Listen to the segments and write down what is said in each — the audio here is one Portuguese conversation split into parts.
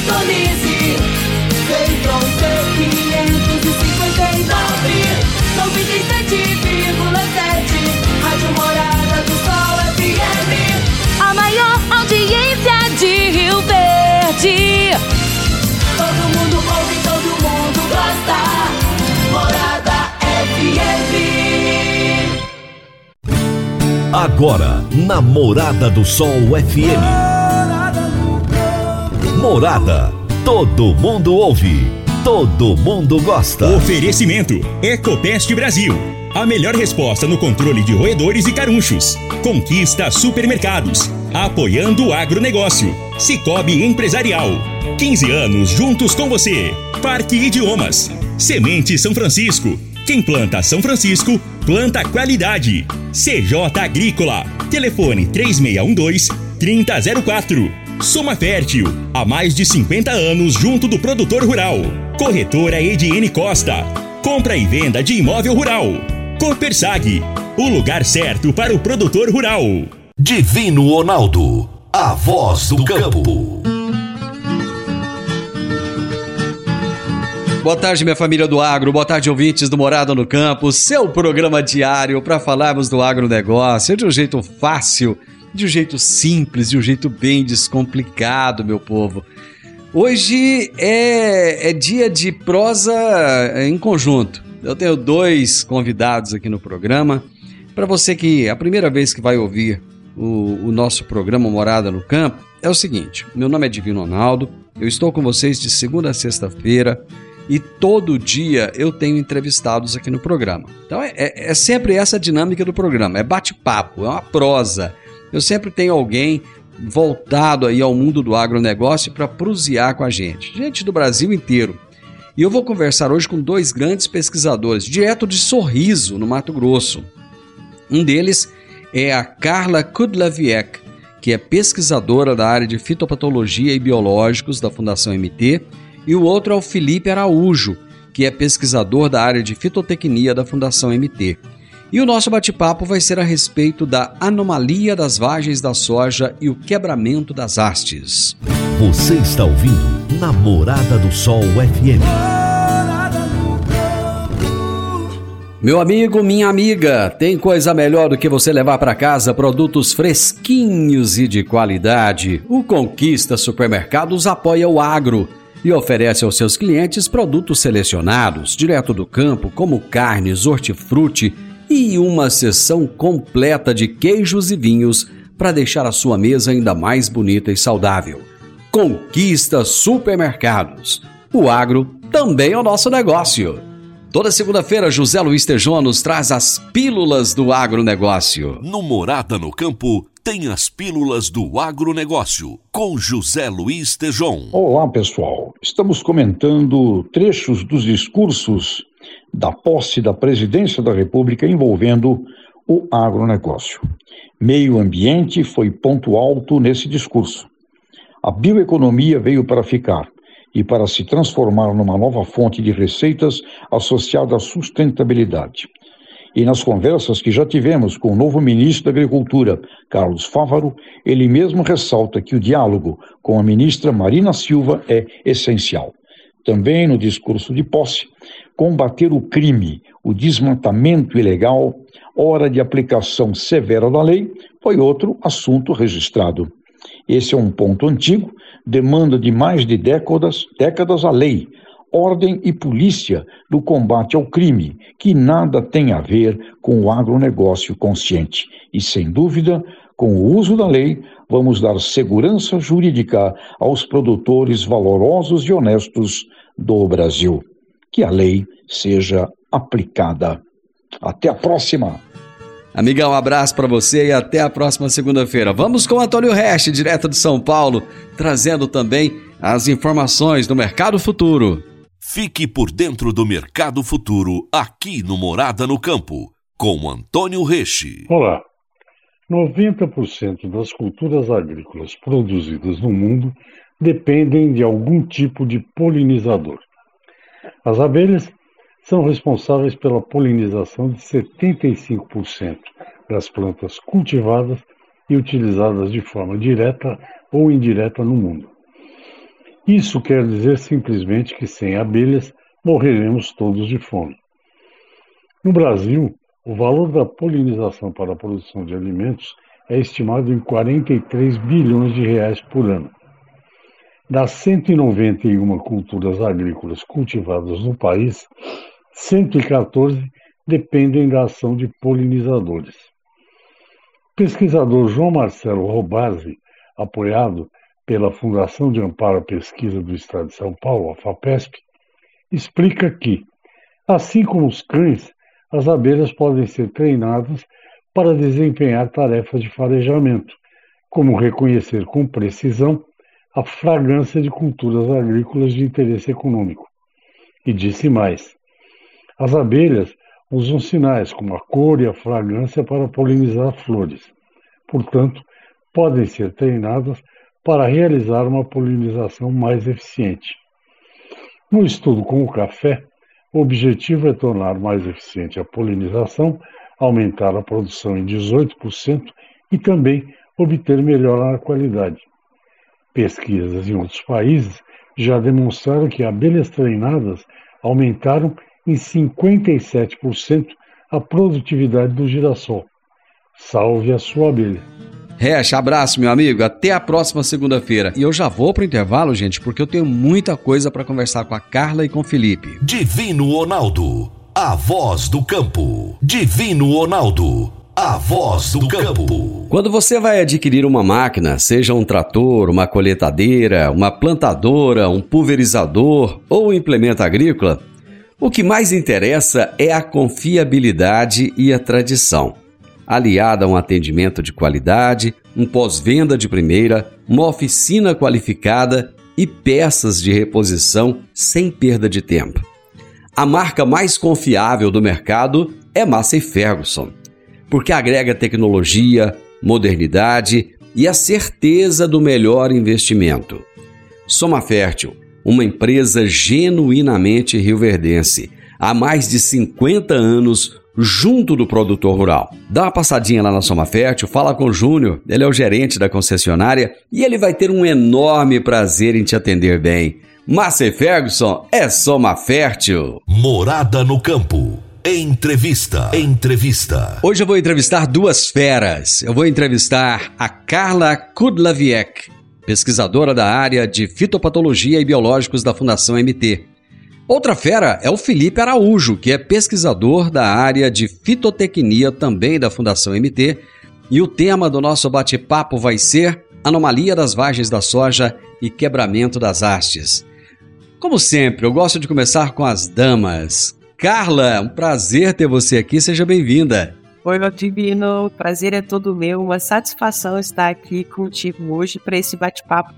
sintonize. Central C559, 97,7, Rádio Morada do Sol FM. A maior audiência de Rio Verde. Todo mundo ouve, todo mundo gosta. Morada FM. Agora, na Morada do Sol FM. Morada. Todo mundo ouve. Todo mundo gosta. Oferecimento Ecopest Brasil. A melhor resposta no controle de roedores e carunchos. Conquista Supermercados. Apoiando o agronegócio. Cicobi Empresarial. 15 anos juntos com você. Parque Idiomas. Semente São Francisco. Quem planta São Francisco, planta qualidade. CJ Agrícola. Telefone 3612-3004. Soma Fértil. Há mais de 50 anos junto do produtor rural. Corretora Ediene Costa. Compra e venda de imóvel rural. Copersag. O lugar certo para o produtor rural. Divino Ronaldo. A voz do campo. Boa tarde, minha família do agro, boa tarde, ouvintes do Morada no Campo, seu programa diário para falarmos do agronegócio de um jeito fácil, de um jeito simples, de um jeito bem descomplicado, meu povo. Hoje é dia de prosa em conjunto. Eu tenho dois convidados aqui no programa. Para você que é a primeira vez que vai ouvir o nosso programa Morada no Campo, é o seguinte, meu nome é Divino Ronaldo, eu estou com vocês de segunda a sexta-feira, e todo dia eu tenho entrevistados aqui no programa. Então é sempre essa dinâmica do programa, é bate-papo, é uma prosa. Eu sempre tenho alguém voltado aí ao mundo do agronegócio para prosear com a gente do Brasil inteiro. E eu vou conversar hoje com dois grandes pesquisadores, direto de Sorriso, no Mato Grosso. Um deles é a Carla Kudlaviec, que é pesquisadora da área de fitopatologia e biológicos da Fundação MT, e o outro é o Felipe Araújo, que é pesquisador da área de fitotecnia da Fundação MT. E o nosso bate-papo vai ser a respeito da anomalia das vagens da soja e o quebramento das hastes. Você está ouvindo Namorada do Sol FM. Meu amigo, minha amiga, tem coisa melhor do que você levar para casa produtos fresquinhos e de qualidade. O Conquista Supermercados apoia o agro e oferece aos seus clientes produtos selecionados, direto do campo, como carnes, hortifruti e uma seção completa de queijos e vinhos para deixar a sua mesa ainda mais bonita e saudável. Conquista Supermercados. O agro também é o nosso negócio. Toda segunda-feira, José Luiz Tejon nos traz as pílulas do agronegócio. No Morada no Campo, tem as pílulas do agronegócio, com José Luiz Tejon. Olá, pessoal. Estamos comentando trechos dos discursos da posse da presidência da República envolvendo o agronegócio. Meio ambiente foi ponto alto nesse discurso. A bioeconomia veio para ficar e para se transformar numa nova fonte de receitas associada à sustentabilidade. E nas conversas que já tivemos com o novo ministro da Agricultura, Carlos Fávaro, ele mesmo ressalta que o diálogo com a ministra Marina Silva é essencial. Também no discurso de posse, combater o crime, o desmatamento ilegal, hora de aplicação severa da lei, foi outro assunto registrado. Esse é um ponto antigo, demanda de mais de décadas a lei, ordem e polícia do combate ao crime, que nada tem a ver com o agronegócio consciente. E, sem dúvida, com o uso da lei, vamos dar segurança jurídica aos produtores valorosos e honestos do Brasil. Que a lei seja aplicada. Até a próxima! Amigão, um abraço para você e até a próxima segunda-feira. Vamos com o Antônio Reste, direto de São Paulo, trazendo também as informações do Mercado Futuro. Fique por dentro do Mercado Futuro, aqui no Morada no Campo, com Antônio Reste. Olá. 90% das culturas agrícolas produzidas no mundo dependem de algum tipo de polinizador. As abelhas são responsáveis pela polinização de 75% das plantas cultivadas e utilizadas de forma direta ou indireta no mundo. Isso quer dizer simplesmente que sem abelhas morreremos todos de fome. No Brasil, o valor da polinização para a produção de alimentos é estimado em 43 bilhões de reais por ano. Das 191 culturas agrícolas cultivadas no país, 114 dependem da ação de polinizadores. O pesquisador João Marcelo Robasi, apoiado pela Fundação de Amparo à Pesquisa do Estado de São Paulo, a FAPESP, explica que, assim como os cães, as abelhas podem ser treinadas para desempenhar tarefas de farejamento, como reconhecer com precisão a fragrância de culturas agrícolas de interesse econômico. E disse mais: as abelhas usam sinais como a cor e a fragrância para polinizar flores. Portanto, podem ser treinadas para realizar uma polinização mais eficiente. No estudo com o café, o objetivo é tornar mais eficiente a polinização, aumentar a produção em 18% e também obter melhor qualidade. Pesquisas em outros países já demonstraram que abelhas treinadas aumentaram em 57% a produtividade do girassol. Salve a sua abelha! Hash, abraço, meu amigo. Até a próxima segunda-feira. E eu já vou pro intervalo, gente, porque eu tenho muita coisa para conversar com a Carla e com o Felipe. Divino Ronaldo, a voz do campo. Divino Ronaldo, a voz do campo. Quando você vai adquirir uma máquina, seja um trator, uma colheitadeira, uma plantadora, um pulverizador ou um implemento agrícola, o que mais interessa é a confiabilidade e a tradição, aliada a um atendimento de qualidade, um pós-venda de primeira, uma oficina qualificada e peças de reposição sem perda de tempo. A marca mais confiável do mercado é Massey Ferguson, porque agrega tecnologia, modernidade e a certeza do melhor investimento. Soma Fértil, uma empresa genuinamente rioverdense, há mais de 50 anos junto do produtor rural. Dá uma passadinha lá na Soma Fértil, fala com o Júnior, ele é o gerente da concessionária e ele vai ter um enorme prazer em te atender bem. Massey Ferguson é Soma Fértil. Morada no campo. Entrevista. Hoje eu vou entrevistar duas feras. Eu vou entrevistar a Carla Kudlaviec, pesquisadora da área de fitopatologia e biológicos da Fundação MT. Outra fera é o Felipe Araújo, que é pesquisador da área de fitotecnia também da Fundação MT, e o tema do nosso bate-papo vai ser anomalia das vagens da soja e quebramento das hastes. Como sempre, eu gosto de começar com as damas. Carla, um prazer ter você aqui, seja bem-vinda. Oi, meu divino, o prazer é todo meu, uma satisfação estar aqui contigo hoje para esse bate-papo.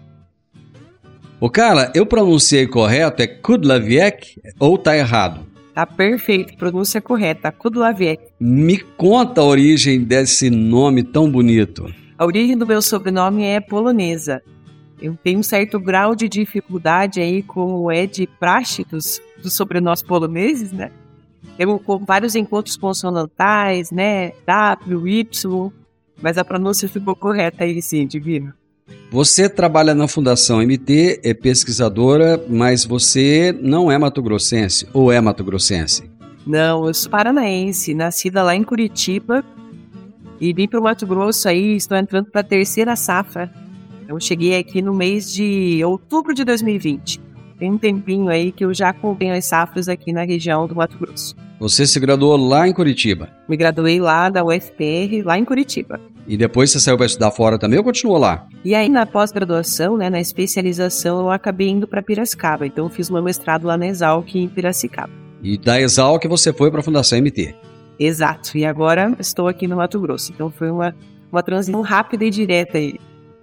Ô Carla, eu pronunciei correto, é Kudlaviec ou tá errado? Tá perfeito, pronúncia correta, Kudlaviec. Me conta a origem desse nome tão bonito. A origem do meu sobrenome é polonesa. Eu tenho um certo grau de dificuldade aí com o de praxe dos sobrenomes poloneses, né? Tenho vários encontros consonantais, né? W, Y, mas a pronúncia ficou correta aí sim, divino. Você trabalha na Fundação MT, é pesquisadora, mas você não é mato-grossense ou é mato-grossense? Não, eu sou paranaense, nascida lá em Curitiba e vim para o Mato Grosso aí, estou entrando para a terceira safra. Eu cheguei aqui no mês de outubro de 2020. Tem um tempinho aí que eu já acompanho as safras aqui na região do Mato Grosso. Você se graduou lá em Curitiba? Me graduei lá da UFPR, lá em Curitiba. E depois você saiu para estudar fora também ou continuou lá? E aí na pós-graduação, né, na especialização, eu acabei indo para Piracicaba. Então eu fiz meu mestrado lá na Exalc em Piracicaba. E da Exalc você foi para a Fundação MT? Exato. E agora estou aqui no Mato Grosso. Então foi uma transição rápida e direta aí.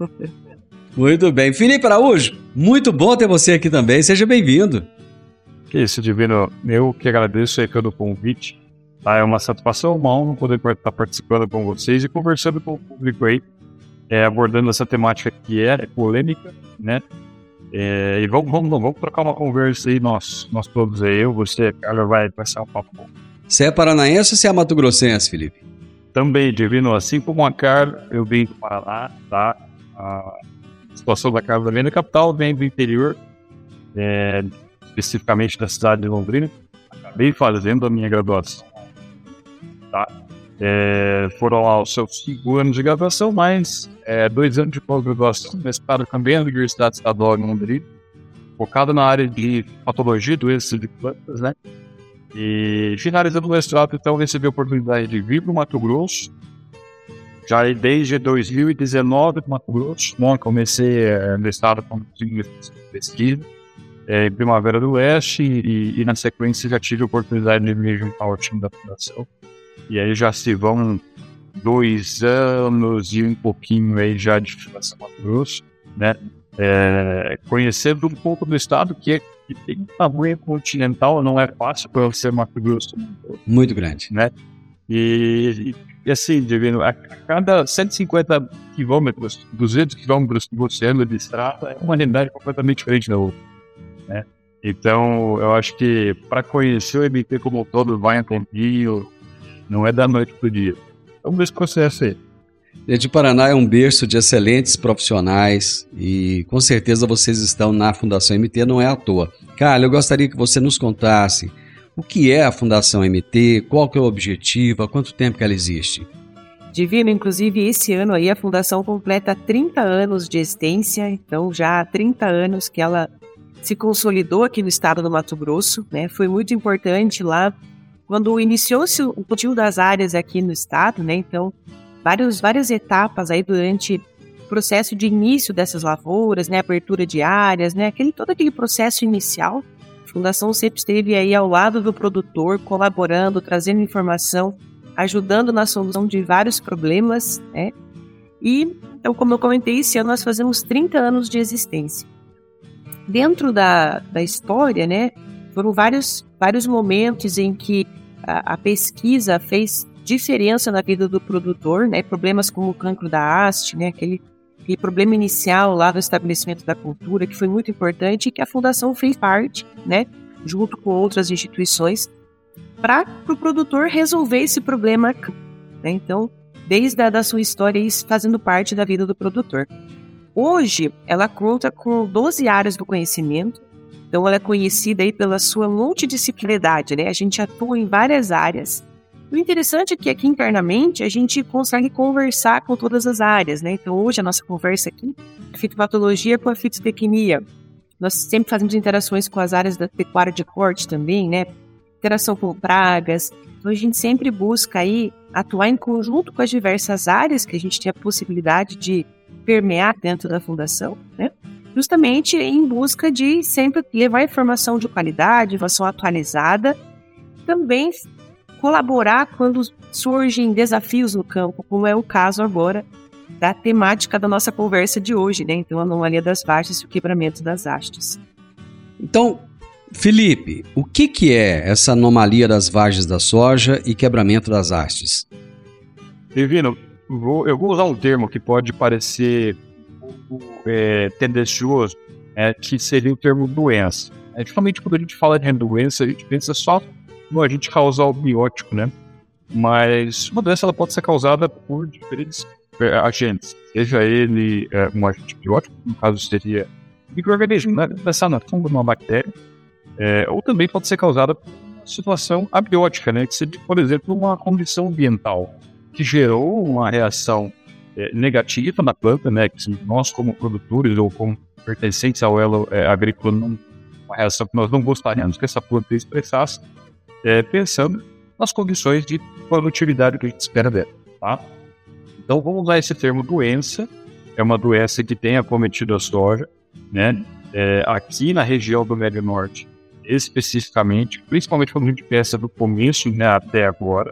Muito bem. Felipe Araújo, muito bom ter você aqui também. Seja bem-vindo. Que isso, Divino. Eu que agradeço aí pelo convite. Tá? É uma satisfação, uma honra poder estar participando com vocês e conversando com o público aí, abordando essa temática que é polêmica, né? E vamos trocar uma conversa aí, nós todos aí. Eu, você, Carla, vai passar um papo bom. Você é paranaense ou você é mato-grossense, Felipe? Também, Divino. Assim como a Carla, eu venho do Paraná, tá? A situação da Carla vem da capital, vem do interior. especificamente da cidade de Londrina. Acabei fazendo a minha graduação. Tá? Foram lá os seus 5 anos de graduação, mais 2 anos de pós-graduação, mestrado também na Universidade Estadual de Londrina, focado na área de patologia e doenças de plantas, né? E finalizando o mestrado, então, recebi a oportunidade de vir para o Mato Grosso, já desde 2019 no Mato Grosso. Bom, comecei mestrado com pesquisa em Primavera do Oeste e na sequência já tive a oportunidade de me juntar ao time da fundação. E aí já se vão 2 anos e um pouquinho aí já de Fundação Mato Grosso, né? Conhecendo um pouco do estado, que tem um tamanho continental, não é fácil para ser Mato Grosso. Muito grande. Né? E assim, Divino, a cada 150 quilômetros, 200 quilômetros que você anda de estrada, é uma realidade completamente diferente da outra, né? Então, eu acho que para conhecer o MT como um todo, vai um tempinho, não é da noite pro dia. Vamos ver esse processo aí. De Paraná é um berço de excelentes profissionais e com certeza vocês estão na Fundação MT, não é à toa. Carla, eu gostaria que você nos contasse o que é a Fundação MT, qual que é o objetivo, há quanto tempo que ela existe? Divino, inclusive esse ano aí a Fundação completa 30 anos de existência, então já há 30 anos que ela se consolidou aqui no estado do Mato Grosso, né? Foi muito importante lá quando iniciou-se o cultivo das áreas aqui no estado, né? Então, várias etapas aí durante o processo de início dessas lavouras, né? Abertura de áreas, né? Todo aquele processo inicial. A Fundação sempre esteve aí ao lado do produtor, colaborando, trazendo informação, ajudando na solução de vários problemas, né? E, então, como eu comentei, esse ano nós fazemos 30 anos de existência. Dentro da história, né? Foram vários momentos em que a pesquisa fez diferença na vida do produtor, né? Problemas como o cancro da haste, né? Aquele problema inicial lá do estabelecimento da cultura, que foi muito importante e que a Fundação fez parte, né? Junto com outras instituições, para o produtor resolver esse problema, né? Então, desde a sua história, isso fazendo parte da vida do produtor. Hoje, ela conta com 12 áreas do conhecimento. Então, ela é conhecida aí pela sua multidisciplinaridade, né? A gente atua em várias áreas. O interessante é que aqui internamente a gente consegue conversar com todas as áreas, né? Então, hoje a nossa conversa aqui é fitopatologia com a fitotecnia. Nós sempre fazemos interações com as áreas da pecuária de corte também, né? Interação com pragas. Então, a gente sempre busca aí atuar em conjunto com as diversas áreas que a gente tem a possibilidade de permear dentro da fundação, né? Justamente em busca de sempre levar informação de qualidade, informação atualizada, também colaborar quando surgem desafios no campo, como é o caso agora da temática da nossa conversa de hoje, né? Então, a anomalia das vastes e o quebramento das hastes. Então, Felipe, o que é essa anomalia das vagens da soja e quebramento das hastes? Divino, eu vou usar um termo que pode parecer tendencioso, que seria o termo doença. Justamente quando a gente fala de doença, a gente pensa só no agente causal biótico, né? Mas uma doença ela pode ser causada por diferentes agentes, seja ele um agente biótico, no caso seria micro-organismo, né? Pensar na fungo, numa bactéria, ou também pode ser causada por uma situação abiótica, né? Que seria, por exemplo, uma condição ambiental que gerou uma reação negativa na planta, né? Que nós, como produtores ou como pertencentes ao elo agrícola, uma reação que nós não gostaríamos que essa planta expressasse, pensando nas condições de produtividade que a gente espera dela, tá? Então, vamos usar esse termo doença. É uma doença que tem acometido a soja, né? Aqui na região do Médio Norte, especificamente, principalmente quando a gente pensa do começo, né, até agora,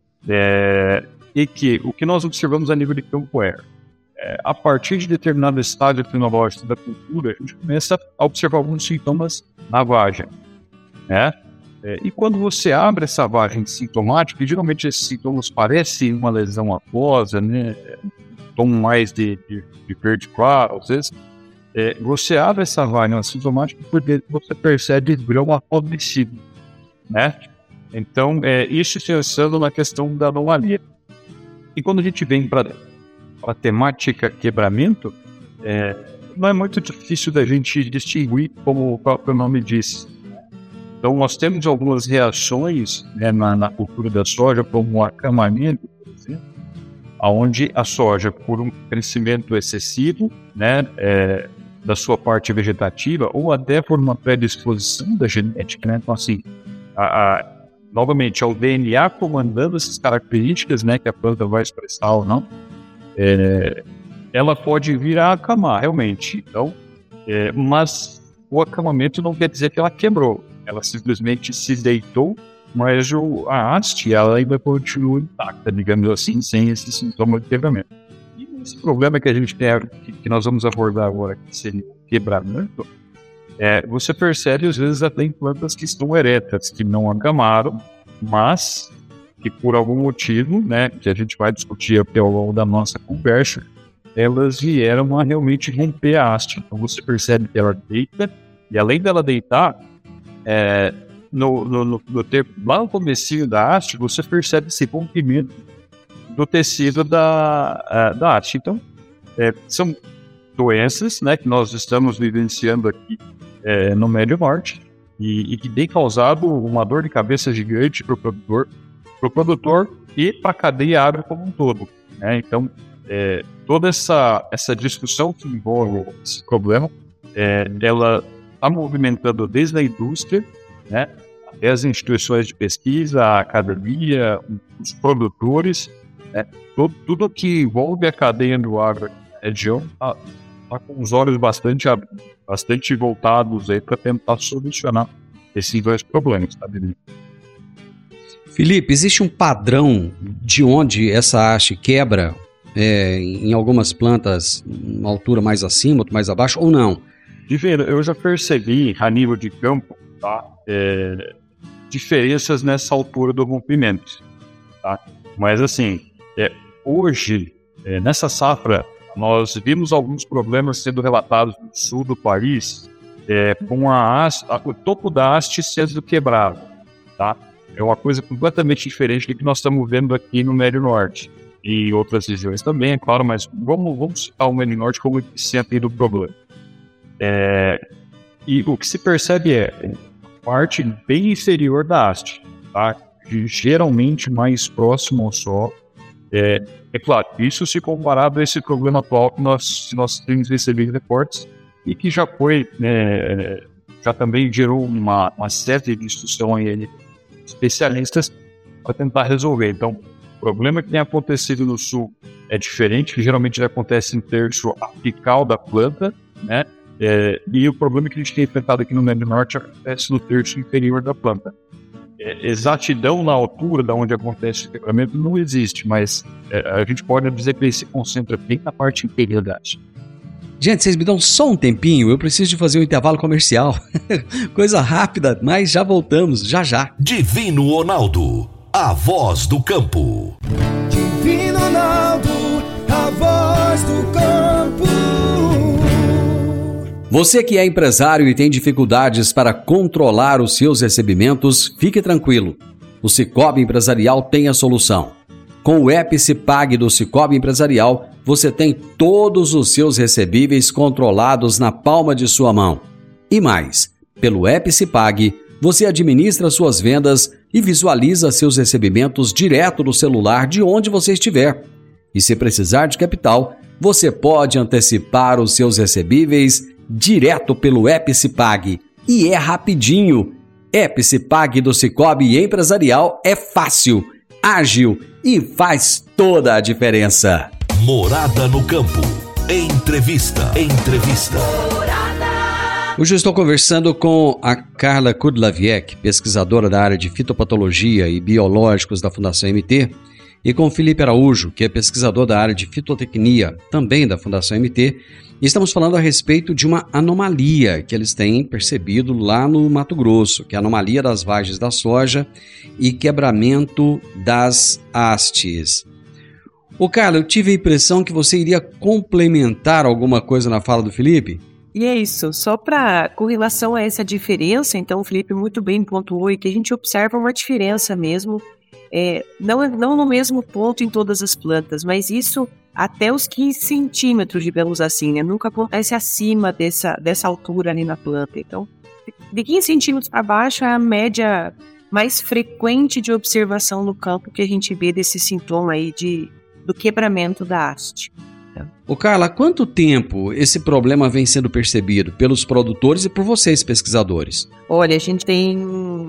e que o que nós observamos a nível de campo a partir de determinado estágio tecnológico da cultura, a gente começa a observar alguns sintomas na vagem, né? E quando você abre essa vagem sintomática, geralmente esses sintomas parecem uma lesão aquosa, né? Tom mais de verde claro, às vezes. Você abre essa vagem sintomática porque você percebe grão apodrecido, né? Então, isso pensando na questão da anomalia. E quando a gente vem para a temática quebramento, não é muito difícil da gente distinguir, como o próprio nome diz. Então, nós temos algumas reações, né, na cultura da soja, como o acamamento, por exemplo, onde a soja, por um crescimento excessivo, né, da sua parte vegetativa, ou até por uma predisposição da genética, né? Então, assim, novamente, é o DNA comandando essas características, né, que a planta vai expressar ou não, ela pode vir a acamar, realmente. Então, mas o acamamento não quer dizer que ela quebrou. Ela simplesmente se deitou, mas a haste ela ainda continua intacta, digamos assim, sem esse sintoma de quebramento. E esse problema que a gente tem, que nós vamos abordar agora, que seria o quebramento, você percebe às vezes até em plantas que estão eretas, que não acamaram, mas que por algum motivo, né, que a gente vai discutir até ao longo da nossa conversa, elas vieram a realmente romper a haste. Então você percebe que ela deita, e além dela deitar, lá no comecinho da haste, você percebe esse rompimento do tecido da haste. Então, são doenças, né, que nós estamos vivenciando aqui no Médio Norte e que tem causado uma dor de cabeça gigante para o produtor e para a cadeia agro como um todo, né? Então, toda essa discussão que envolve esse problema, ela está movimentando desde a indústria, né, até as instituições de pesquisa, a academia, os produtores, né, tudo que envolve a cadeia do agro na região está com os olhos bastante voltados para tentar solucionar esses dois problemas, tá, Billy? Felipe, existe um padrão de onde essa haste quebra em algumas plantas, uma altura mais acima, outra mais abaixo, ou não? Eu já percebi, a nível de campo, tá, diferenças nessa altura do rompimento. Tá? Mas, assim, hoje, nessa safra, nós vimos alguns problemas sendo relatados no sul do país, com o topo da haste sendo quebrado. Tá? É uma coisa completamente diferente do que nós estamos vendo aqui no Médio Norte. E outras regiões também, é claro, mas vamos citar o Médio Norte como epicentro do problema. E o que se percebe parte bem inferior da haste, tá? Geralmente mais próximo ao solo. É claro, isso se comparado a esse problema atual que nós temos recebido reportes e que já foi, já também gerou uma série de discussões de especialistas para tentar resolver. Então, o problema que tem acontecido no sul é diferente, que geralmente acontece em terço apical da planta, né? E o problema que a gente tem enfrentado aqui no Médio Norte acontece no terço inferior da planta. Exatidão na altura da onde acontece o quebramento não existe, mas a gente pode dizer que ele se concentra bem na parte inferior da haste. Gente, vocês me dão só um tempinho, eu preciso de fazer um intervalo comercial. Coisa rápida, mas já voltamos, já. Divino Ronaldo, a voz do campo. Divino Ronaldo, a voz do campo. Você que é empresário e tem dificuldades para controlar os seus recebimentos, fique tranquilo. O Sicoob Empresarial tem a solução. Com o EPCPAG do Sicoob Empresarial, você tem todos os seus recebíveis controlados na palma de sua mão. E mais, pelo EPCPAG, você administra suas vendas e visualiza seus recebimentos direto no celular de onde você estiver. E se precisar de capital, você pode antecipar os seus recebíveis direto pelo EPCPAG. E é rapidinho. EPCPAG do Sicoob Empresarial é fácil, ágil e faz toda a diferença. Morada no campo. Entrevista. Hoje eu estou conversando com a Carla Kudlaviek, pesquisadora da área de fitopatologia e biológicos da Fundação MT, e com o Felipe Araújo, que é pesquisador da área de fitotecnia, também da Fundação MT, e estamos falando a respeito de uma anomalia que eles têm percebido lá no Mato Grosso, que é a anomalia das vagens da soja e quebramento das hastes. Ô Carla, eu tive a impressão que você iria complementar alguma coisa na fala do Felipe? E é isso, com relação a essa diferença, então o Felipe muito bem pontuou e que a gente observa uma diferença mesmo, não no mesmo ponto em todas as plantas, mas isso até os 15 centímetros, digamos assim, né? Nunca acontece acima dessa altura ali na planta. Então, de 15 centímetros para baixo é a média mais frequente de observação no campo que a gente vê desse sintoma aí do quebramento da haste. Ô Carla, há quanto tempo esse problema vem sendo percebido pelos produtores e por vocês, pesquisadores? Olha, a gente tem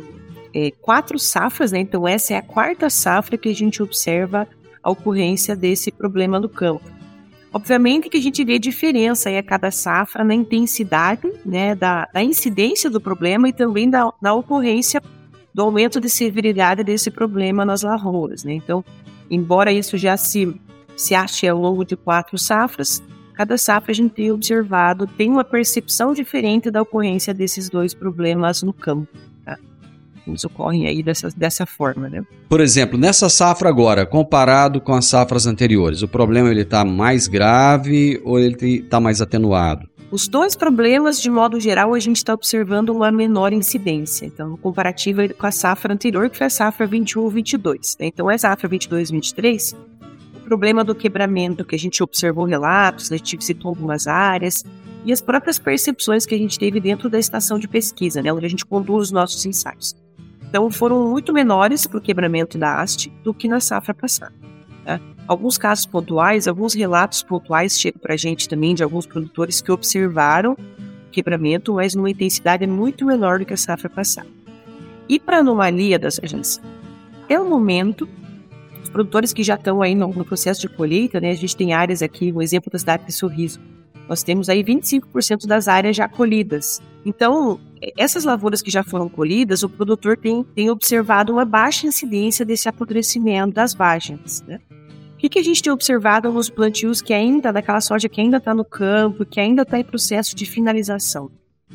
4 safras, né? Então essa é a 4ª safra que a gente observa a ocorrência desse problema no campo. Obviamente que a gente vê diferença aí a cada safra na intensidade, né, da incidência do problema e também na ocorrência do aumento de severidade desse problema nas lavouras, né? Então, embora isso já se ache ao longo de 4 safras, cada safra a gente tem observado, tem uma percepção diferente da ocorrência desses 2 problemas no campo, tá? Eles ocorrem aí dessa forma, né? Por exemplo, nessa safra agora, comparado com as safras anteriores, o problema ele está mais grave ou ele está mais atenuado? Os 2 problemas, de modo geral, a gente está observando uma menor incidência. Então, comparativa com a safra anterior, que foi a safra 21-22. Né? Então, a safra 22-23, o problema do quebramento que a gente observou relatos, a gente citou algumas áreas, e as próprias percepções que a gente teve dentro da estação de pesquisa, né? Onde a gente conduz os nossos ensaios. Então, foram muito menores para o quebramento da haste do que na safra passada. Tá? Alguns casos pontuais, alguns relatos pontuais chegam para a gente também de alguns produtores que observaram o quebramento, mas numa intensidade muito menor do que a safra passada. E para a anomalia das regiões, até o momento, os produtores que já estão aí no processo de colheita, né, a gente tem áreas aqui, um exemplo da cidade de Sorriso, nós temos aí 25% das áreas já colhidas. Então, essas lavouras que já foram colhidas, o produtor tem observado uma baixa incidência desse apodrecimento das vagens, né? O que a gente tem observado nos plantios que ainda, daquela soja que ainda está no campo, que ainda está em processo de finalização?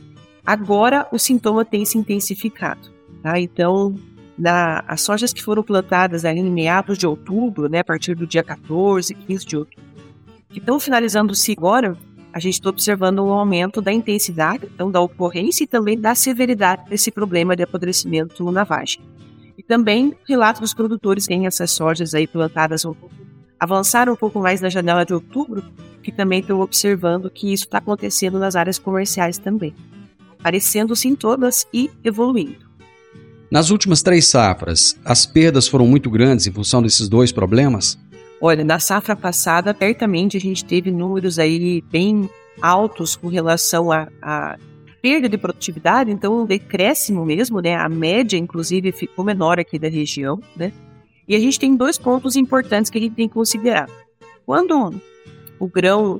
Agora, o sintoma tem se intensificado, tá? Então, as sojas que foram plantadas ali em meados de outubro, né, a partir do dia 14, 15 de outubro, que estão finalizando-se agora, a gente está observando um aumento da intensidade, então da ocorrência e também da severidade desse problema de apodrecimento na vagem. E também relato dos produtores que têm essas sojas aí plantadas avançaram um pouco mais na janela de outubro, que também estão observando que isso está acontecendo nas áreas comerciais também, aparecendo sintomas e evoluindo. Nas últimas 3 safras, as perdas foram muito grandes em função desses 2 problemas? Olha, na safra passada, certamente a gente teve números aí bem altos com relação à perda de produtividade, então um decréscimo mesmo, né? A média, inclusive, ficou menor aqui da região, né? E a gente tem 2 pontos importantes que a gente tem que considerar. Quando o grão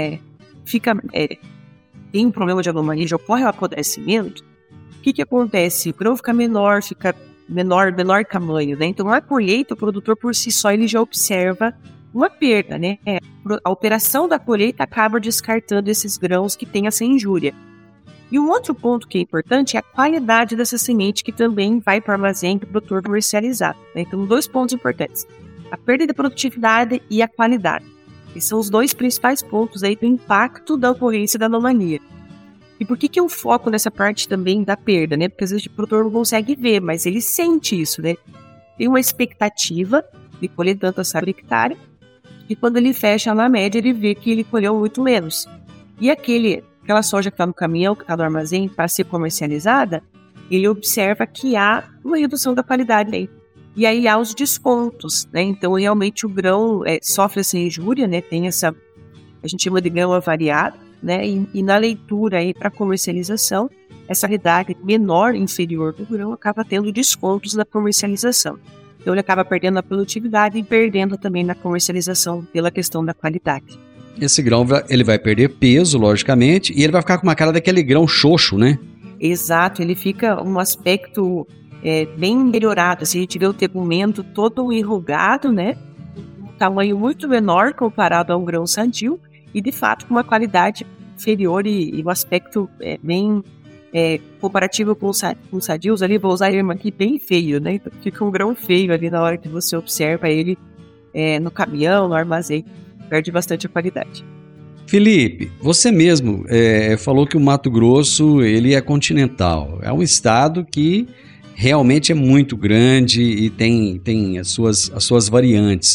tem um problema de anomalia, já ocorre o apodrecimento, o que acontece? O grão fica menor tamanho, né? Então, na colheita, o produtor por si só ele já observa uma perda, né? A operação da colheita acaba descartando esses grãos que têm essa injúria. E um outro ponto que é importante é a qualidade dessa semente, que também vai para o armazém para o produtor comercializar, né? Então, 2 pontos importantes: a perda de produtividade e a qualidade. Esses são os 2 principais pontos aí do impacto da ocorrência da anomalia. E por que eu foco nessa parte também da perda, né? Porque às vezes o produtor não consegue ver, mas ele sente isso, né? Tem uma expectativa de colher tanta safra hectare, e quando ele fecha na média, ele vê que ele colheu muito menos. E aquela soja que está no caminhão, que está no armazém para ser comercializada, ele observa que há uma redução da qualidade aí. E aí há os descontos, né? Então, realmente o grão sofre essa injúria, né? Tem essa, a gente chama de grão avariado, né? E na leitura aí para comercialização, essa qualidade menor, inferior do grão, acaba tendo descontos na comercialização. Então ele acaba perdendo a produtividade e perdendo também na comercialização pela questão da qualidade. Esse grão ele vai perder peso, logicamente, e ele vai ficar com uma cara daquele grão xoxo, né? Exato, ele fica um aspecto bem melhorado. Assim, a gente vê o tegumento todo enrugado, né? Um tamanho muito menor comparado a um grão sadio, e de fato com uma qualidade inferior e um aspecto bem comparativo com os sadios ali, vou usar ele aqui bem feio, né? Então fica um grão feio ali na hora que você observa ele no caminhão, no armazém, perde bastante a qualidade. Felipe, você mesmo falou que o Mato Grosso ele é continental, é um estado que realmente é muito grande e tem as suas variantes.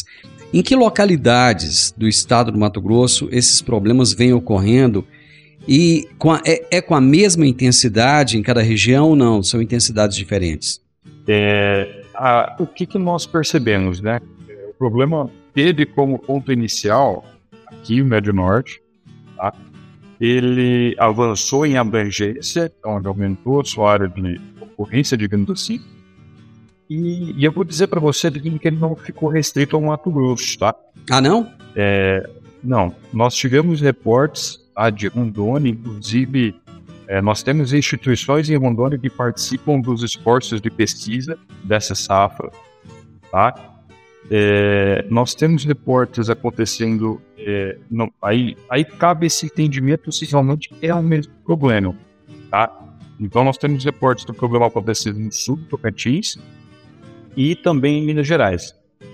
Em que localidades do estado do Mato Grosso esses problemas vêm ocorrendo e com a mesma intensidade em cada região ou não? São intensidades diferentes? O que nós percebemos, né? O problema teve como ponto inicial aqui o Médio Norte, tá? Ele avançou em abrangência, onde aumentou a sua área de ocorrência, digamos assim. E eu vou dizer para você que ele não ficou restrito ao Mato Grosso, tá? Ah, não? Não. Nós tivemos reportes de Rondônia, inclusive, nós temos instituições em Rondônia que participam dos esforços de pesquisa dessa safra, tá? Nós temos reportes acontecendo, aí cabe esse entendimento se realmente é o mesmo problema, tá? Então nós temos reportes do problema acontecendo no sul do Tocantins e também em Minas Gerais.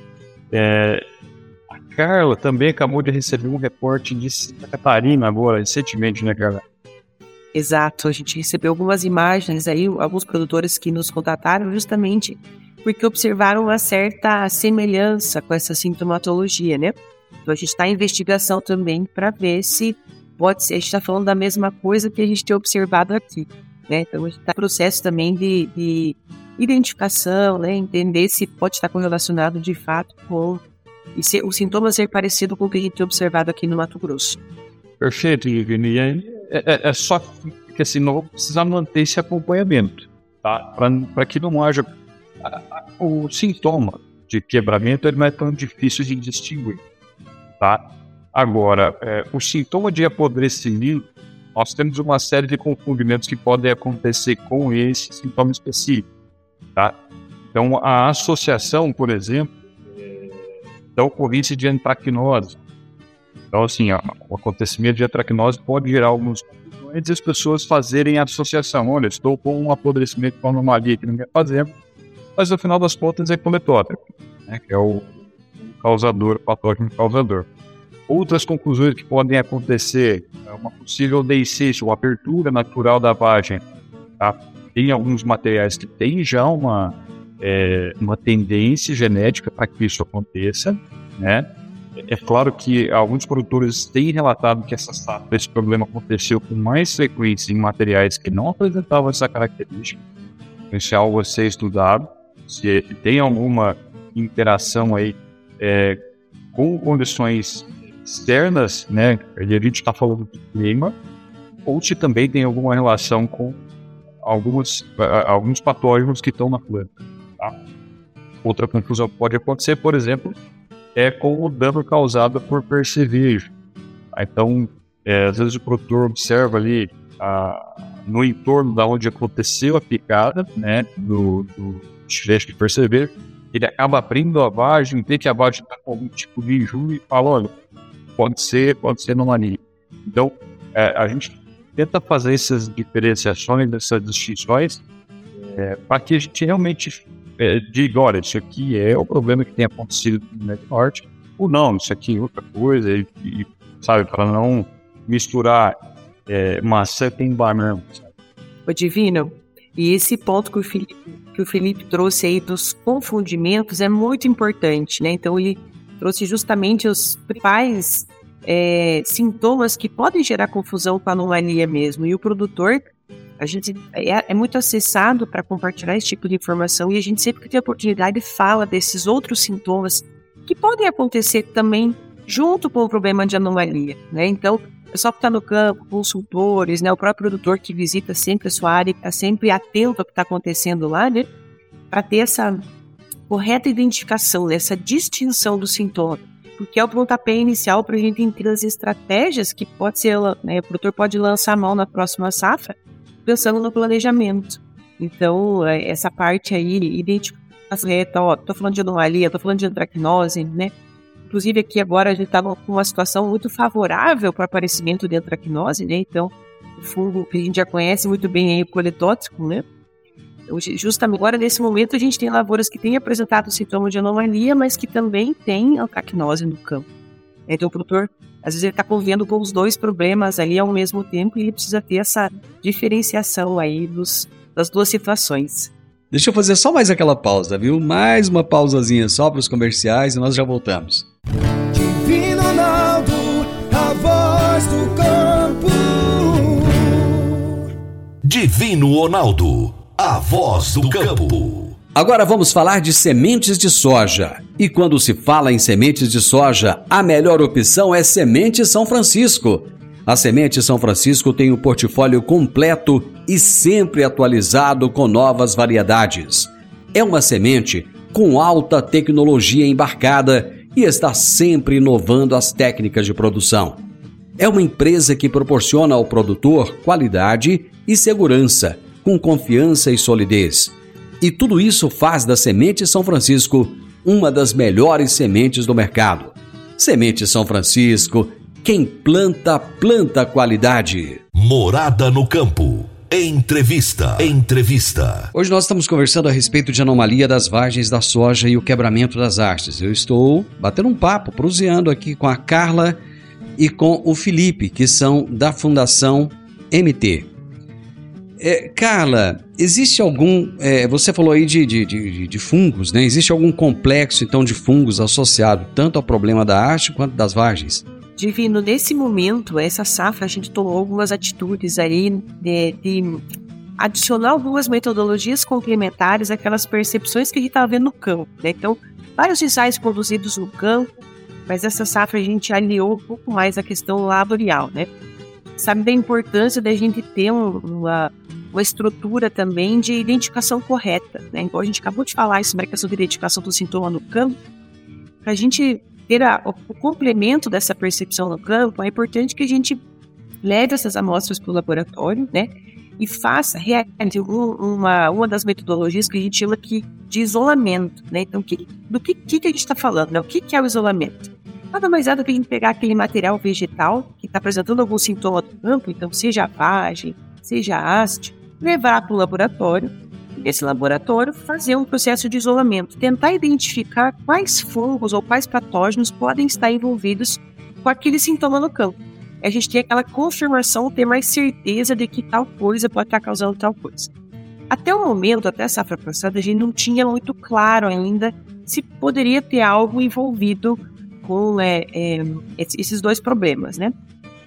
A Carla também acabou de receber um reporte de Santa Catarina agora, recentemente, né, Carla? Exato, a gente recebeu algumas imagens aí, alguns produtores que nos contataram justamente porque observaram uma certa semelhança com essa sintomatologia, né? Então a gente está em investigação também para ver se pode ser, a gente está falando da mesma coisa que a gente tem observado aqui, né? Então a gente está em processo também de identificação, né? Entender se pode estar correlacionado de fato com o sintoma ser parecido com o que a gente tem observado aqui no Mato Grosso. Perfeito, Ivani. É só que assim, não vou precisar manter esse acompanhamento, tá? Para que não haja o sintoma de quebramento, ele não é tão difícil de distinguir, tá? Agora, o sintoma de apodrecimento, nós temos uma série de confundimentos que podem acontecer com esse sintoma específico, tá? Então, a associação, por exemplo, da ocorrência de antracnose. Então, assim, o acontecimento de antracnose pode gerar alguns confusões e as pessoas fazerem a associação. Olha, estou com um apodrecimento com anomalia aqui na minha fazenda, mas no final das contas é coletótrico, né, que é o causador, o patógeno causador. Outras conclusões que podem acontecer, uma possível deisceção, ou abertura natural da vagem, tá? Tem alguns materiais que têm já uma tendência genética para que isso aconteça, né? É claro que alguns produtores têm relatado que esse problema aconteceu com mais frequência em materiais que não apresentavam essa característica. Isso é algo a ser estudado. Se tem alguma interação aí com condições externas, né? A gente está falando de clima, ou se também tem alguma relação com alguns patógenos que estão na planta, tá? Outra confusão que pode acontecer, por exemplo, é com o dano causado por percevejo. Então, às vezes o produtor observa ali no entorno da onde aconteceu a picada, né, do estilete de percevejo, ele acaba abrindo a vagem, vê que a vagem está com algum tipo de injúria e fala, olha, pode ser anomalia. Então, a gente tenta fazer essas diferenciações, essas distinções, para que a gente realmente diga, olha, isso aqui é o problema que tem acontecido no Médio Norte, ou não, isso aqui é outra coisa, e sabe, para não misturar maçã com banana. Ô Divino, e esse ponto que o Felipe trouxe aí dos confundimentos é muito importante, né? Então ele trouxe justamente os principais sintomas que podem gerar confusão com a anomalia mesmo, e o produtor, a gente é muito acessado para compartilhar esse tipo de informação, e a gente sempre que tem a oportunidade fala desses outros sintomas que podem acontecer também junto com o problema de anomalia, né? Então, o pessoal que está no campo, consultores, né, o próprio produtor que visita sempre a sua área, está sempre atento ao que está acontecendo lá, né, para ter essa correta identificação, essa distinção do sintoma, porque é o pontapé inicial para a gente entender as estratégias que pode ser, né, o produtor pode lançar a mão na próxima safra, pensando no planejamento. Então, essa parte aí, identificação reta, estou falando de anomalia, estou falando de antracnose, né? Inclusive aqui agora a gente está com uma situação muito favorável para o aparecimento de antracnose, né? Então, o fungo que a gente já conhece muito bem aí, o coletóxico, né? Então, justamente agora, nesse momento, a gente tem lavouras que têm apresentado sintomas de anomalia, mas que também têm antracnose no campo. Então, o produtor, às vezes, ele está convivendo com os dois problemas ali ao mesmo tempo e ele precisa ter essa diferenciação aí das duas situações. Deixa eu fazer só mais aquela pausa, viu? Mais uma pausazinha só para os comerciais e nós já voltamos. voz do campo. Divino Ronaldo, a voz do campo. Agora vamos falar de sementes de soja. E quando se fala em sementes de soja, a melhor opção é Semente São Francisco. A Semente São Francisco tem um portfólio completo e sempre atualizado com novas variedades. É uma semente com alta tecnologia embarcada e está sempre inovando as técnicas de produção. É uma empresa que proporciona ao produtor qualidade e segurança, com confiança e solidez. E tudo isso faz da Semente São Francisco uma das melhores sementes do mercado. Semente São Francisco, quem planta, planta qualidade. Morada no campo. Entrevista. Hoje nós estamos conversando a respeito de anomalia das vagens da soja e o quebramento das hastes. Eu estou batendo um papo, proseando aqui com a Carla e com o Felipe, que são da Fundação MT. Carla, existe algum... você falou aí de fungos, né? Existe algum complexo, então, de fungos associado tanto ao problema da haste quanto das vagens? Divino, nesse momento, essa safra, a gente tomou algumas atitudes aí de adicionar algumas metodologias complementares àquelas percepções que a gente estava vendo no campo, né? Então, vários ensaios produzidos no campo, mas essa safra a gente aliou um pouco mais a questão laboral, né? Sabe da importância da gente ter uma estrutura também de identificação correta, né? Então, a gente acabou de falar sobre a questão de identificação do sintoma no campo. Para a gente ter o complemento dessa percepção no campo, é importante que a gente leve essas amostras para o laboratório, né? E faça realmente uma das metodologias que a gente chama aqui de isolamento, né? Então, do que a gente está falando, né? O que é o isolamento? Nada mais é do que a gente pegar aquele material vegetal que está apresentando algum sintoma do campo, então seja a vagem, seja a haste, levar para o laboratório, e nesse laboratório fazer um processo de isolamento, tentar identificar quais fungos ou quais patógenos podem estar envolvidos com aquele sintoma no campo. A gente tem aquela confirmação, ter mais certeza de que tal coisa pode estar causando tal coisa. Até o momento, até a safra passada, a gente não tinha muito claro ainda se poderia ter algo envolvido com esses dois problemas, né?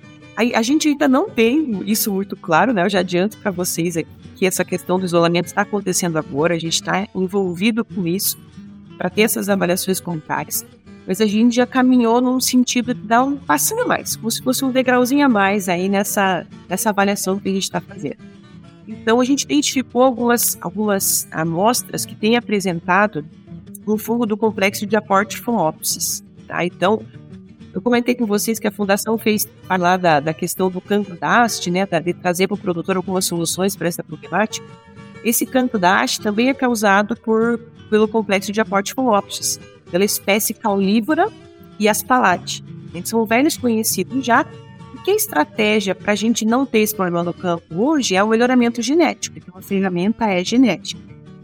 A gente ainda não tem isso muito claro, né? Eu já adianto para vocês que essa questão do isolamento está acontecendo agora, a gente está envolvido com isso para ter essas avaliações contábeis, mas a gente já caminhou num sentido de dar um passinho a mais, como se fosse um degrauzinho a mais aí nessa avaliação que a gente está fazendo. Então, a gente identificou algumas amostras que têm apresentado um fungo do complexo de Aportifomopsis, tá? Então, eu comentei com vocês que a Fundação fez falar da questão do cancro da haste, né, de trazer para o produtor algumas soluções para essa problemática. Esse cancro da haste também é causado pelo complexo de Aportifomopsis, pela espécie Caulívora e Aspalate. São velhos conhecidos já, e que a estratégia para a gente não ter esse problema no campo hoje é o melhoramento genético, então a ferramenta é genética.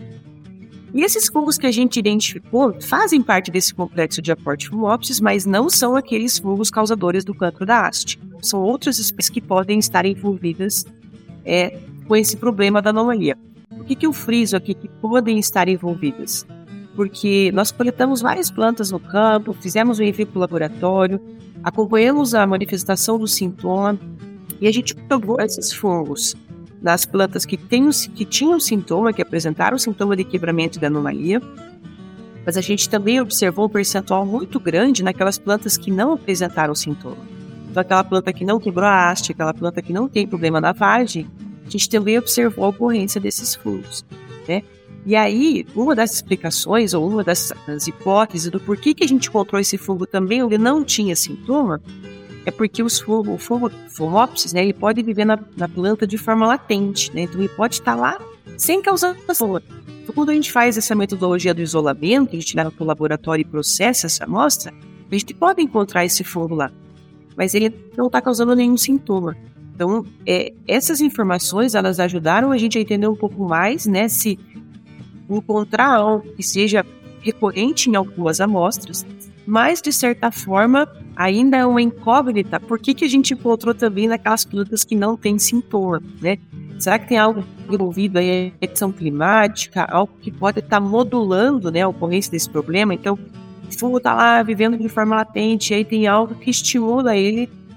E esses fungos que a gente identificou fazem parte desse complexo de Aportifomopsis, mas não são aqueles fungos causadores do cancro da haste. São outras espécies que podem estar envolvidas com esse problema da anomalia. Por que eu friso aqui que podem estar envolvidas? Porque nós coletamos várias plantas no campo, fizemos um envio para o laboratório, acompanhamos a manifestação do sintoma e a gente provou esses fungos nas plantas que tinham sintoma, que apresentaram sintoma de quebramento e de anomalia, mas a gente também observou um percentual muito grande naquelas plantas que não apresentaram sintoma. Então, aquela planta que não quebrou a haste, aquela planta que não tem problema na vagem, a gente também observou a ocorrência desses fungos, né? E aí, uma das explicações, ou uma das hipóteses do porquê que a gente encontrou esse fungo também onde não tinha sintoma, é porque o fungo Phomopsis, né, ele pode viver na planta de forma latente, né? Então ele pode estar lá sem causar sintoma. Então, quando a gente faz essa metodologia do isolamento, a gente leva para o laboratório e processa essa amostra, a gente pode encontrar esse fungo lá, mas ele não está causando nenhum sintoma. Então, essas informações, elas ajudaram a gente a entender um pouco mais, né, se encontrar algo que seja recorrente em algumas amostras, mas, de certa forma, ainda é uma incógnita. Por que a gente encontrou também naquelas plantas que não têm sintoma, né? Será que tem algo envolvido aí, a condição climática, algo que pode estar modulando, né, a ocorrência desse problema? Então, o fungo está lá vivendo de forma latente, e aí tem algo que estimula ele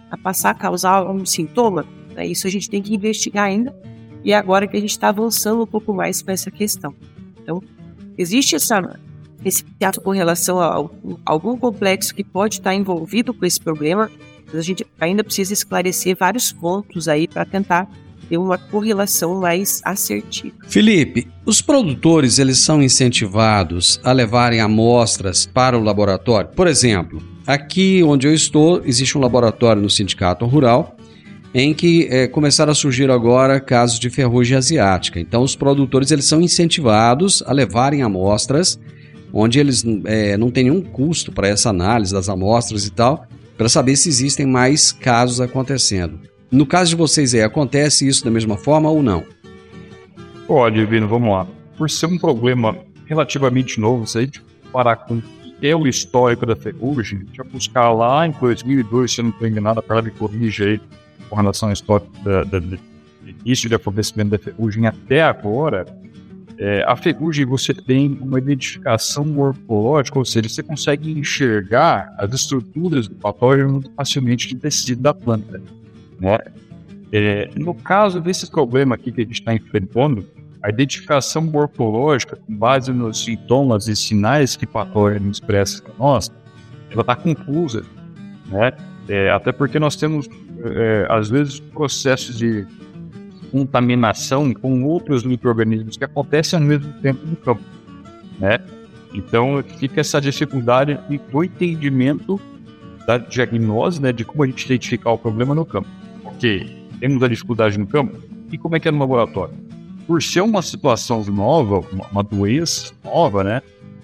passar a causar um sintoma? Isso a gente tem que investigar ainda, e é agora que a gente está avançando um pouco mais para essa questão. Então, existe esse teatro com relação a algum complexo que pode estar envolvido com esse problema, mas a gente ainda precisa esclarecer vários pontos aí para tentar ter uma correlação mais assertiva. Felipe, os produtores eles são incentivados a levarem amostras para o laboratório? Por exemplo, aqui onde eu estou, existe um laboratório no Sindicato Rural em que começaram a surgir agora casos de ferrugem asiática. Então, os produtores eles são incentivados a levarem amostras, onde eles não têm nenhum custo para essa análise das amostras e tal, para saber se existem mais casos acontecendo. No caso de vocês acontece isso da mesma forma ou não? Olha, Divino, vamos lá. Por ser um problema relativamente novo, se a gente parar com o histórico da ferrugem, a gente vai buscar lá em 2002, se eu não estou enganado, a Carla me corrige aí, com relação ao histórico do início de acontecimento da ferrugem até agora, a ferrugem você tem uma identificação morfológica, ou seja, você consegue enxergar as estruturas do patógeno facilmente no tecido da planta, né? No caso desse problema aqui que a gente está enfrentando, a identificação morfológica com base nos sintomas e sinais que o patógeno expressa para nós, ela está confusa, né? Até porque nós temos, às vezes, processos de contaminação com outros micro-organismos que acontecem ao mesmo tempo no campo, né? Então, fica essa dificuldade do entendimento da diagnose, né, de como a gente identificar o problema no campo. Ok, temos a dificuldade no campo, e como é que é no laboratório? Por ser uma situação nova, uma doença nova, né,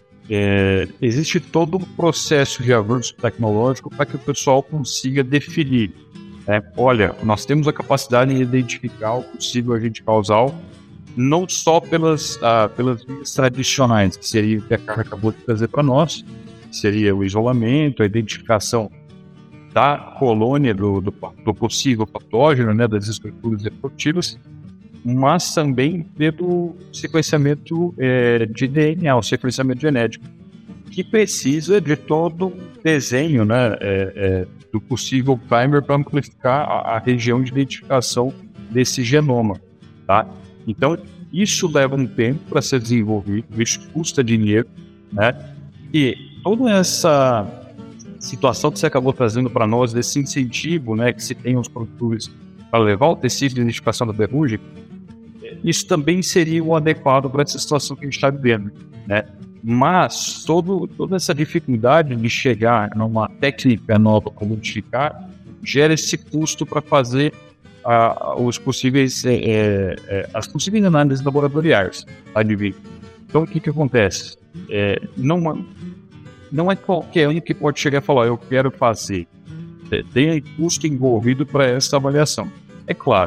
existe todo um processo de avanço tecnológico para que o pessoal consiga definir. Olha, nós temos a capacidade de identificar o possível agente causal, não só pelas vias tradicionais, que seria o que a Carla acabou de trazer para nós, que seria o isolamento, a identificação da colônia do possível patógeno, né, das estruturas reprodutivas, mas também pelo sequenciamento de DNA, o sequenciamento genético, que precisa de todo um desenho, né, do possível primer para amplificar a região de identificação desse genoma, tá? Então, isso leva um tempo para ser desenvolvido, isso custa dinheiro, né? E toda essa situação que você acabou trazendo para nós, desse incentivo, né, que se tem os produtores para levar o tecido de identificação da ferrugem, isso também seria o adequado para essa situação que a gente está vivendo, né? Mas toda essa dificuldade de chegar numa técnica nova para modificar gera esse custo para fazer as possíveis análises laboratoriais. Então, o que acontece? Não é qualquer um que pode chegar e falar, eu quero fazer. Tem custo envolvido para essa avaliação. É claro,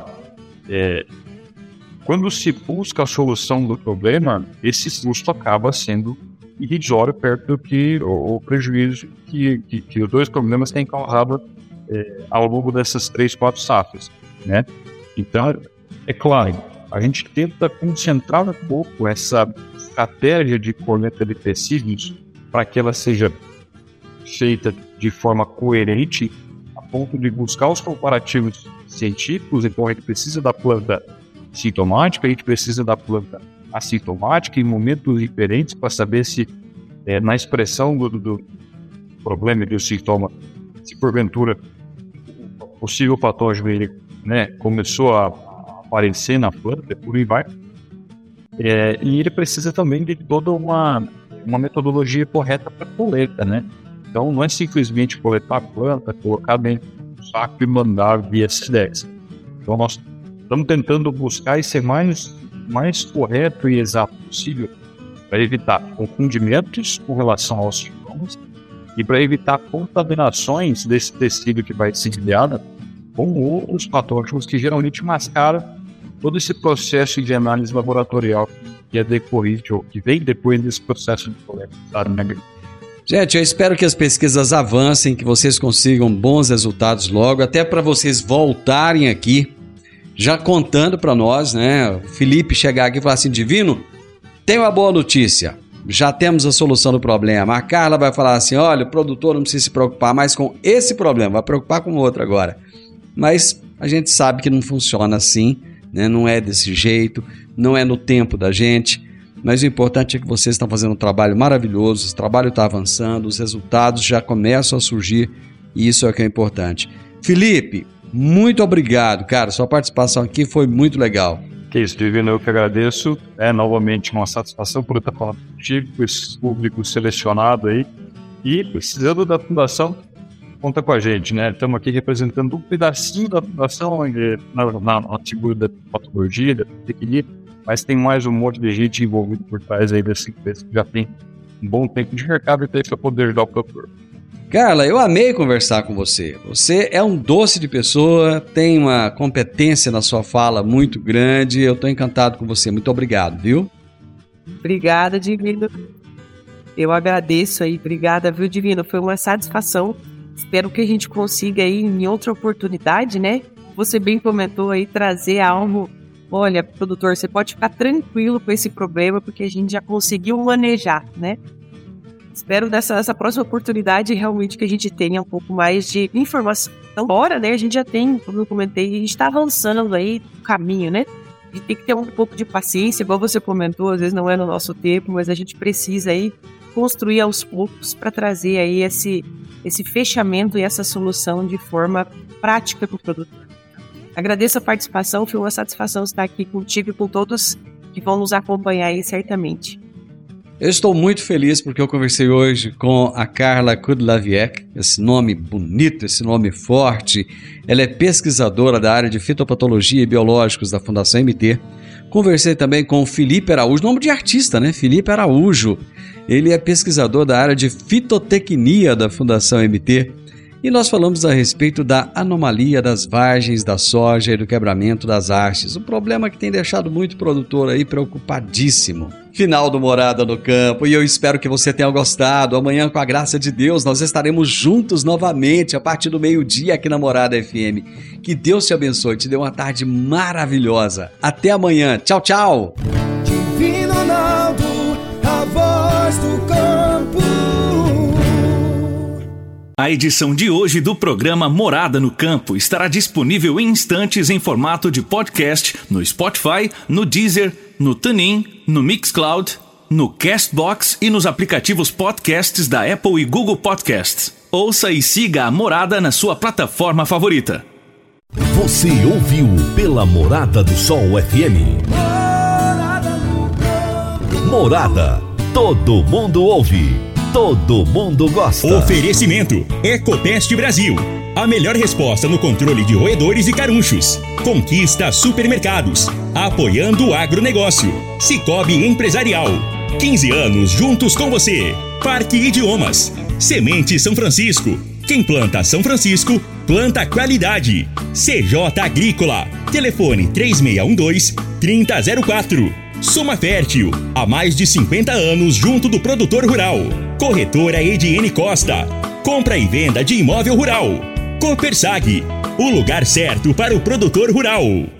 quando se busca a solução do problema, esse custo acaba sendo irrisório perto do que o prejuízo que os dois problemas têm causado ao longo dessas 3-4 safras, né? Então, é claro, a gente tenta concentrar um pouco essa estratégia de coleta de tecidos para que ela seja feita de forma coerente, a ponto de buscar os comparativos científicos. Então, a gente precisa da planta sintomática, a gente precisa da planta assintomática em momentos diferentes para saber se na expressão do problema e do sintoma, se porventura o possível patógeno ele, né, começou a aparecer na planta, por aí vai. E ele precisa também de toda uma metodologia correta para coleta, né? Então não é simplesmente coletar a planta, colocar dentro do saco e mandar via SEDEX. Então nós estamos tentando buscar e ser mais correto e exato possível para evitar confundimentos com relação aos sintomas e para evitar contaminações desse tecido que vai ser enviado com outros patógenos que geralmente mascaram todo esse processo de análise laboratorial que é decorrido, ou que vem depois desse processo de coleta. Gente, eu espero que as pesquisas avancem, que vocês consigam bons resultados logo, até para vocês voltarem aqui já contando para nós, né? O Felipe chegar aqui e falar assim, Divino, tem uma boa notícia. já temos a solução do problema. A Carla vai falar assim, olha, o produtor não precisa se preocupar mais com esse problema, vai preocupar com o outro agora. Mas a gente sabe que não funciona assim, né? Não é desse jeito, não é no tempo da gente, mas o importante é que vocês estão fazendo um trabalho maravilhoso, esse trabalho está avançando, os resultados já começam a surgir e isso é o que é importante. Felipe, muito obrigado, cara, sua participação aqui foi muito legal. Que isso, Divino, eu que agradeço. É novamente uma satisfação por estar falando contigo, com esse público selecionado aí. E precisando da fundação, conta com a gente, né? Estamos aqui representando um pedacinho da fundação na figura da patologia, da tecnia, mas tem mais um monte de gente envolvida por trás aí dessa empresa que já tem um bom tempo de mercado e tem para poder ajudar o produtor. Carla, eu amei conversar com você. Você é um doce de pessoa, tem uma competência na sua fala muito grande. Eu estou encantado com você. Muito obrigado, viu? Obrigada, Divino. Eu agradeço aí. Obrigada, viu, Divino? Foi uma satisfação. Espero que a gente consiga aí em outra oportunidade, né? Você bem comentou aí, trazer algo. Olha, produtor, você pode ficar tranquilo com esse problema, porque a gente já conseguiu manejar, né? Espero dessa próxima oportunidade realmente que a gente tenha um pouco mais de informação. Então, agora, né, a gente já tem, como eu comentei, a gente está avançando aí no caminho, né? A gente tem que ter um pouco de paciência, igual você comentou, às vezes não é no nosso tempo, mas a gente precisa aí construir aos poucos para trazer aí esse fechamento e essa solução de forma prática para o produtor. Agradeço a participação, foi uma satisfação estar aqui contigo e com todos que vão nos acompanhar aí certamente. Eu estou muito feliz porque eu conversei hoje com a Carla Kudlaviec, esse nome bonito, esse nome forte. Ela é pesquisadora da área de fitopatologia e biológicos da Fundação MT. Conversei também com o Felipe Araújo, nome de artista, né? Felipe Araújo. Ele é pesquisador da área de fitotecnia da Fundação MT. E nós falamos a respeito da anomalia das vargens da soja e do quebramento das hastes, um problema que tem deixado muito produtor aí preocupadíssimo. Final do Morada no Campo, e eu espero que você tenha gostado. Amanhã, com a graça de Deus, nós estaremos juntos novamente a partir do meio-dia aqui na Morada FM. Que Deus te abençoe, te dê uma tarde maravilhosa. Até amanhã, tchau, tchau! Divino Ronaldo, a voz do campo. A edição de hoje do programa Morada no Campo estará disponível em instantes em formato de podcast no Spotify, no Deezer, no TuneIn, no Mixcloud, no Castbox e nos aplicativos podcasts da Apple e Google Podcasts. Ouça e siga a Morada na sua plataforma favorita. Você ouviu pela Morada do Sol FM. Morada. Todo mundo ouve. Todo mundo gosta. Oferecimento Ecopest Brasil. A melhor resposta no controle de roedores e carunchos. Conquista Supermercados. Apoiando o agronegócio. Cicobi Empresarial. 15 anos juntos com você. Parque Idiomas. Semente São Francisco. Quem planta São Francisco, planta qualidade. CJ Agrícola. Telefone 3612-3004. Soma Fértil, há mais de 50 anos junto do produtor rural. Corretora Ediene Costa, compra e venda de imóvel rural. Copersag, o lugar certo para o produtor rural.